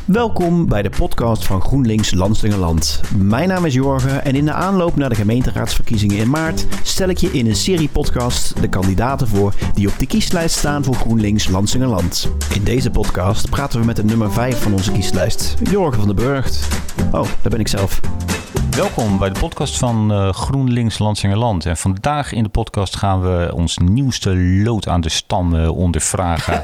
Welkom bij de podcast van GroenLinks Lansingerland. Mijn naam is Jorgen en in de aanloop naar de gemeenteraadsverkiezingen in maart stel ik je in een serie podcast de kandidaten voor die op de kieslijst staan voor GroenLinks Lansingerland. In deze podcast praten we met de nummer 5 van onze kieslijst, Jorgen van den Burgt. Oh, daar ben ik zelf. Welkom bij de podcast van GroenLinks Lansingerland. En vandaag in de podcast gaan we ons nieuwste lood aan de stam ondervragen.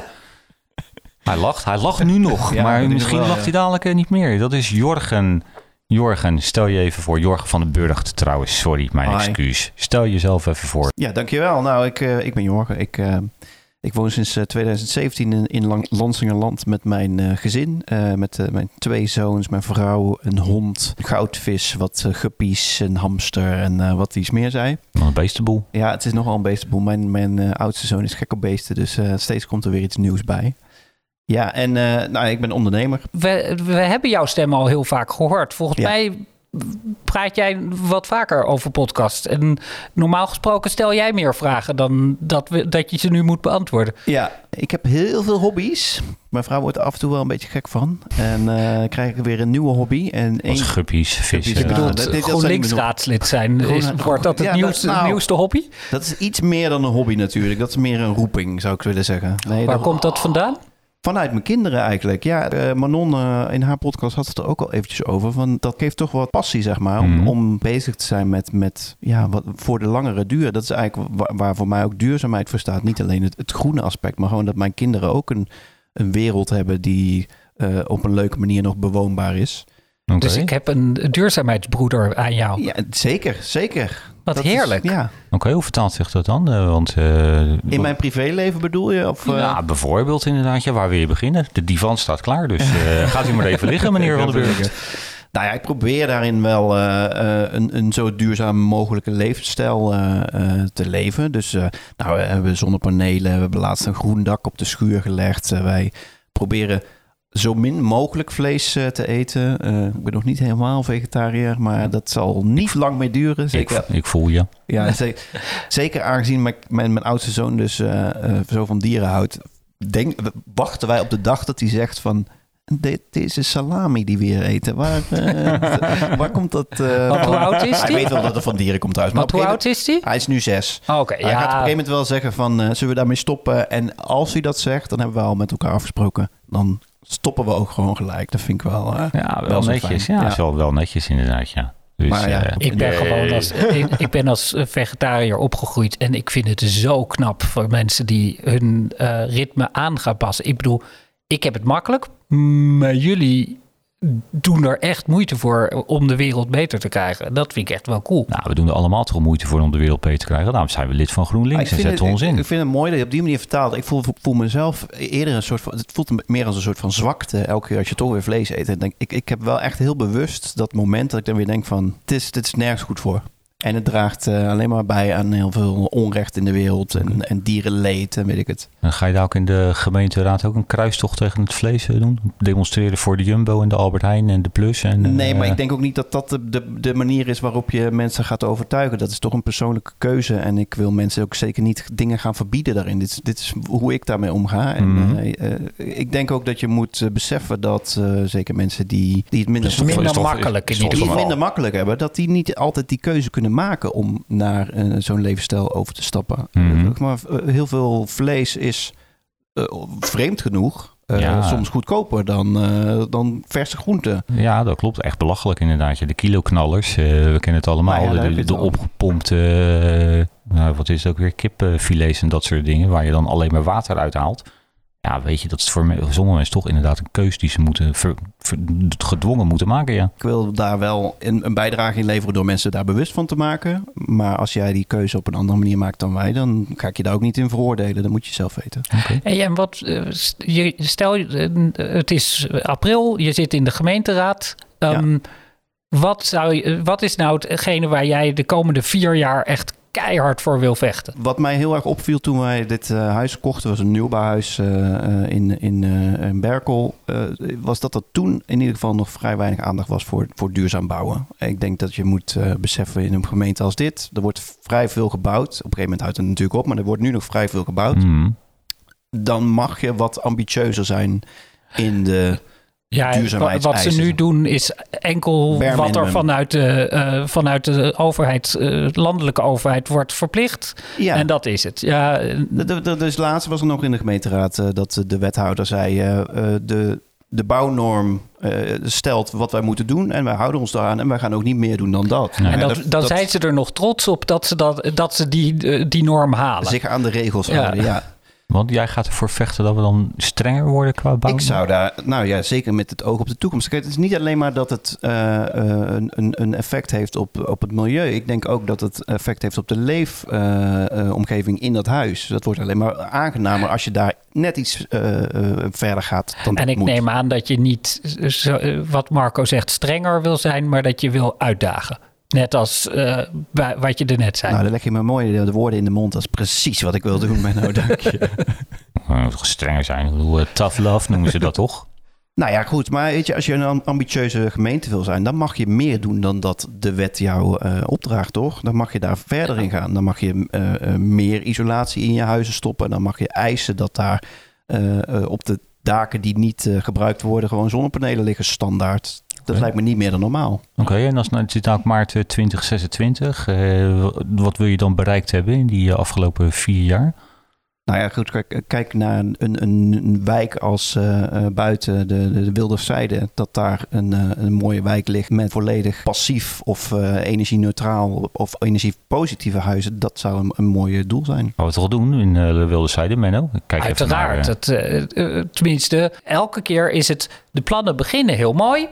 Hij lacht nu nog, ja, maar misschien lacht hij dadelijk niet meer. Dat is Jorgen. Jorgen, stel je even voor. Jorgen van den Burgt trouwens, sorry, mijn excuus. Stel jezelf even voor. Ja, dankjewel. Nou, ik ben Jorgen. Ik woon sinds 2017 in Lansingerland met mijn gezin. Met mijn 2 zoons, mijn vrouw, een hond, een goudvis, wat guppies, een hamster en wat iets meer zei. Nog een beestenboel. Ja, het is nogal een beestenboel. Mijn oudste zoon is gek op beesten, dus steeds komt er weer iets nieuws bij. Ja, en ik ben ondernemer. We hebben jouw stem al heel vaak gehoord. Volgens mij praat jij wat vaker over podcast. En normaal gesproken stel jij meer vragen dan dat je ze nu moet beantwoorden. Ja, ik heb heel veel hobby's. Mijn vrouw wordt er af en toe wel een beetje gek van. En krijg ik weer een nieuwe hobby. Als guppies, vissen. Ik bedoel, GroenLinks-raadslid zijn. Wordt dat het nieuwste hobby? Dat is iets meer dan een hobby natuurlijk. Dat is meer een roeping, zou ik willen zeggen. Nee, Waar komt dat vandaan? Vanuit mijn kinderen eigenlijk. Ja, Manon in haar podcast had het er ook al eventjes over. Van, dat geeft toch wat passie, zeg maar. Om bezig te zijn met wat voor de langere duur. Dat is eigenlijk waar voor mij ook duurzaamheid voor staat. Niet alleen het groene aspect, maar gewoon dat mijn kinderen ook een wereld hebben die op een leuke manier nog bewoonbaar is. Okay. Dus ik heb een duurzaamheidsbroeder aan jou. Ja, zeker. Wat dat heerlijk. Oké, hoe vertaalt zich dat dan? In mijn privéleven bedoel je? Of, Ja, bijvoorbeeld inderdaad. Ja, waar wil je beginnen? De divan staat klaar, dus gaat u maar even liggen, meneer Van den Burgt. Nou ja, ik probeer daarin wel een zo duurzaam mogelijke levensstijl te leven. Dus we hebben zonnepanelen, we hebben laatst een groen dak op de schuur gelegd. Wij proberen zo min mogelijk vlees te eten. Ik ben nog niet helemaal vegetariër, maar dat zal niet lang meer duren. Zeker. Ik voel je. Ja, zeker aangezien mijn oudste zoon dus zo van dieren houdt. Wachten wij op de dag dat hij zegt van, deze salami die we hier eten, waar komt dat hoe oud is hij? Hij weet wel dat het van dieren komt thuis. Maar hoe oud is hij? Hij is nu 6. Oké, hij gaat op een gegeven moment wel zeggen van, zullen we daarmee stoppen? En als hij dat zegt, dan hebben we al met elkaar afgesproken. Dan stoppen we ook gewoon gelijk. Dat vind ik wel wel netjes. Ja, dat is wel netjes inderdaad, ja. Dus, maar ik ben als vegetariër opgegroeid en ik vind het zo knap voor mensen die hun ritme aan gaan passen. Ik bedoel, ik heb het makkelijk, maar jullie doen er echt moeite voor om de wereld beter te krijgen. Dat vind ik echt wel cool. Nou, we doen er allemaal toch moeite voor om de wereld beter te krijgen. Daarom zijn we lid van GroenLinks en zetten ons in. Ik vind het mooi dat je op die manier vertaalt. Ik voel mezelf eerder een soort van, het voelt meer als een soort van zwakte elke keer als je toch weer vlees eet. En ik heb wel echt heel bewust dat moment dat ik dan weer denk van, dit is nergens goed voor. En het draagt alleen maar bij aan heel veel onrecht in de wereld en dierenleed en weet ik het. En ga je daar ook in de gemeenteraad ook een kruistocht tegen het vlees doen? Demonstreren voor de Jumbo en de Albert Heijn en de Plus? Nee, maar ik denk ook niet dat dat de manier is waarop je mensen gaat overtuigen. Dat is toch een persoonlijke keuze. En ik wil mensen ook zeker niet dingen gaan verbieden daarin. Dit is hoe ik daarmee omga. En ik denk ook dat je moet beseffen dat zeker mensen die het minder makkelijk hebben, dat die niet altijd die keuze kunnen maken om naar zo'n levensstijl over te stappen. Maar heel veel vlees is vreemd genoeg soms goedkoper dan verse groenten. Ja, dat klopt. Echt belachelijk inderdaad. De kiloknallers, we kennen het allemaal. De opgepompte, wat is het ook weer, kipfilets en dat soort dingen, waar je dan alleen maar water uit haalt. Ja, weet je, dat is voor sommige mensen toch inderdaad een keus die ze moeten gedwongen moeten maken, ja. Ik wil daar wel een bijdrage in leveren door mensen daar bewust van te maken. Maar als jij die keuze op een andere manier maakt dan wij, dan ga ik je daar ook niet in veroordelen. Dat moet je zelf weten. Okay. En stel, het is april, je zit in de gemeenteraad. Wat is nou hetgene waar jij de komende 4 jaar echt keihard voor wil vechten? Wat mij heel erg opviel toen wij dit huis kochten, was een nieuwbouwhuis in Berkel, was dat er toen in ieder geval nog vrij weinig aandacht was voor duurzaam bouwen. Ik denk dat je moet beseffen in een gemeente als dit, er wordt vrij veel gebouwd. Op een gegeven moment houdt het natuurlijk op, maar er wordt nu nog vrij veel gebouwd. Dan mag je wat ambitieuzer zijn in de duurzaamheidseisen. Wat ze nu doen is enkel Bare wat er minimum. vanuit de overheid, landelijke overheid, wordt verplicht. Ja. En dat is het. Ja, Dus laatst was er nog in de gemeenteraad dat de wethouder zei... de bouwnorm stelt wat wij moeten doen en wij houden ons daaraan en wij gaan ook niet meer doen dan dat. en dan zijn ze er nog trots op dat ze die norm halen. Zich aan de regels houden, ja. Want jij gaat ervoor vechten dat we dan strenger worden qua bouw? Ik zou daar, zeker met het oog op de toekomst. Kijk, het is niet alleen maar dat het een effect heeft op het milieu. Ik denk ook dat het effect heeft op de leefomgeving in dat huis. Dat wordt alleen maar aangenamer als je daar net iets verder gaat dan En ik neem aan dat je niet, wat Marco zegt, strenger wil zijn, maar dat je wil uitdagen. Net als wat je er net zei. Nou, dan leg je me mooi de woorden in de mond. Dat is precies wat ik wil doen, Menno. Dank je. Strenger zijn. Tough love noemen ze dat toch? Nou ja, goed. Maar weet je, als je een ambitieuze gemeente wil zijn... dan mag je meer doen dan dat de wet jou opdraagt, toch? Dan mag je daar verder in gaan. Dan mag je meer isolatie in je huizen stoppen. Dan mag je eisen dat daar op de daken die niet gebruikt worden... gewoon zonnepanelen liggen standaard. Dat lijkt me niet meer dan normaal. Oké, en als het zit nou maart 2026. Wat wil je dan bereikt hebben in die afgelopen 4 jaar? Nou ja, goed. Kijk naar een wijk als buiten de Wilderzijde. Dat daar een mooie wijk ligt met volledig passief of energie-neutraal of energie-positieve huizen. Dat zou een mooi doel zijn. Wat we toch doen in de Wilderzijde, Menno? Kijk uiteraard. Even naar, Tenminste, elke keer is het... De plannen beginnen heel mooi...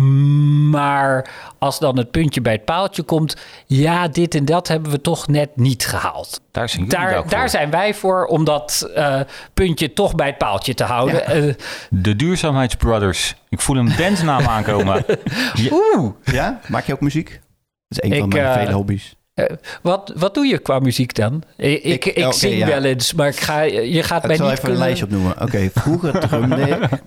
Maar als dan het puntje bij het paaltje komt... ja, dit en dat hebben we toch net niet gehaald. Daar zijn wij voor om dat puntje toch bij het paaltje te houden. Ja. De Duurzaamheidsbrothers. Ik voel een bandnaam aankomen. Ja? Maak je ook muziek? Dat is een van mijn vele hobby's. Wat doe je qua muziek dan? Ik zing wel eens, maar je gaat mij niet... Ik zal even een lijstje opnoemen. Oké, vroeger drumde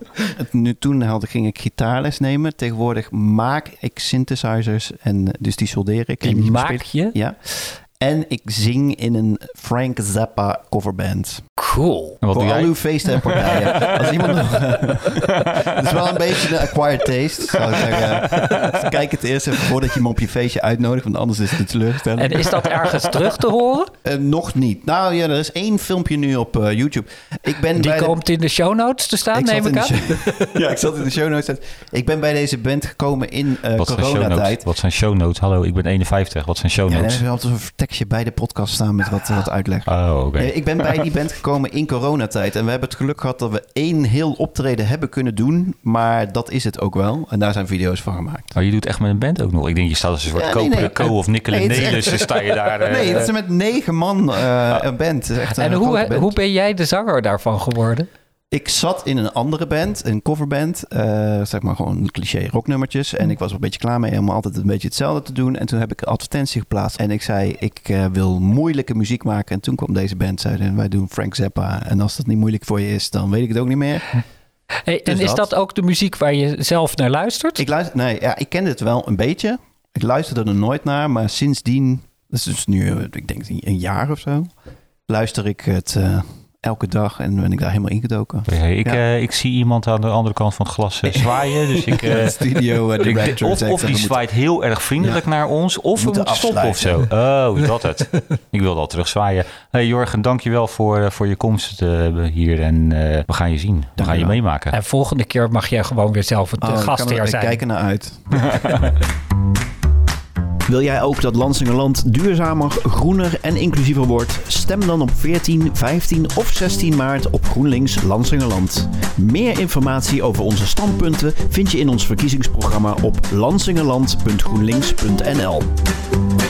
ik. Toen ging ik gitaarles nemen. Tegenwoordig maak ik synthesizers. En dus die soldeer ik. Die maak je? Ja. En ik zing in een Frank Zappa coverband. Cool. En wat voor doe al jij? uw feesten en partijen. Als iemand nog... Het is wel een beetje een acquired taste, zou ik zeggen. Kijk het eerst even voordat je hem op je feestje uitnodigt, want anders is het een teleurstelling. En is dat ergens terug te horen? Nog niet. Nou ja, er is 1 filmpje nu op YouTube. Die komt in de show notes te staan, neem ik aan? Ja, ik zat in de show notes. Ik ben bij deze band gekomen in coronatijd. Wat zijn show notes? Hallo, ik ben 51. Wat zijn show notes? Ja, er is altijd een tekstje bij de podcast staan met wat uitleg. Oh, oké. Ik ben bij die band gekomen in coronatijd. En we hebben het geluk gehad dat we 1 heel optreden hebben kunnen doen. Maar dat is het ook wel. En daar zijn video's van gemaakt. Maar je doet echt met een band ook nog? Ik denk, je staat als een soort Koperen Co of Nikkelen Nelissen. Sta je daar... Nee, dat is met 9 man een band. Dat is echt en hoe ben jij de zanger daarvan geworden? Ik zat in een andere band, een coverband. Zeg maar gewoon cliché rocknummertjes. En ik was er een beetje klaar mee om altijd een beetje hetzelfde te doen. En toen heb ik een advertentie geplaatst. En ik zei, ik wil moeilijke muziek maken. En toen kwam deze band, zeiden wij doen Frank Zappa. En als dat niet moeilijk voor je is, dan weet ik het ook niet meer. Hey, dus en is dat ook de muziek waar je zelf naar luistert? Ik kende het wel een beetje. Ik luisterde er nooit naar. Maar sindsdien, dat is dus nu, ik denk 1 jaar of zo, luister ik het... elke dag en ben ik daar helemaal ingedoken. Ik zie iemand aan de andere kant van het glas zwaaien. Dus ik studio director of die zwaait heel erg vriendelijk naar ons, of we moeten stoppen of zo. Oh, is dat het? Ik wilde al terug zwaaien. Hey Jorgen, dankjewel voor je komst hier en we gaan je zien. We gaan je meemaken. En volgende keer mag jij gewoon weer zelf het gastheer zijn. Ik kijk er naar uit. Wil jij ook dat Lansingerland duurzamer, groener en inclusiever wordt? Stem dan op 14, 15 of 16 maart op GroenLinks Lansingerland. Meer informatie over onze standpunten vind je in ons verkiezingsprogramma op lansingerland.groenlinks.nl.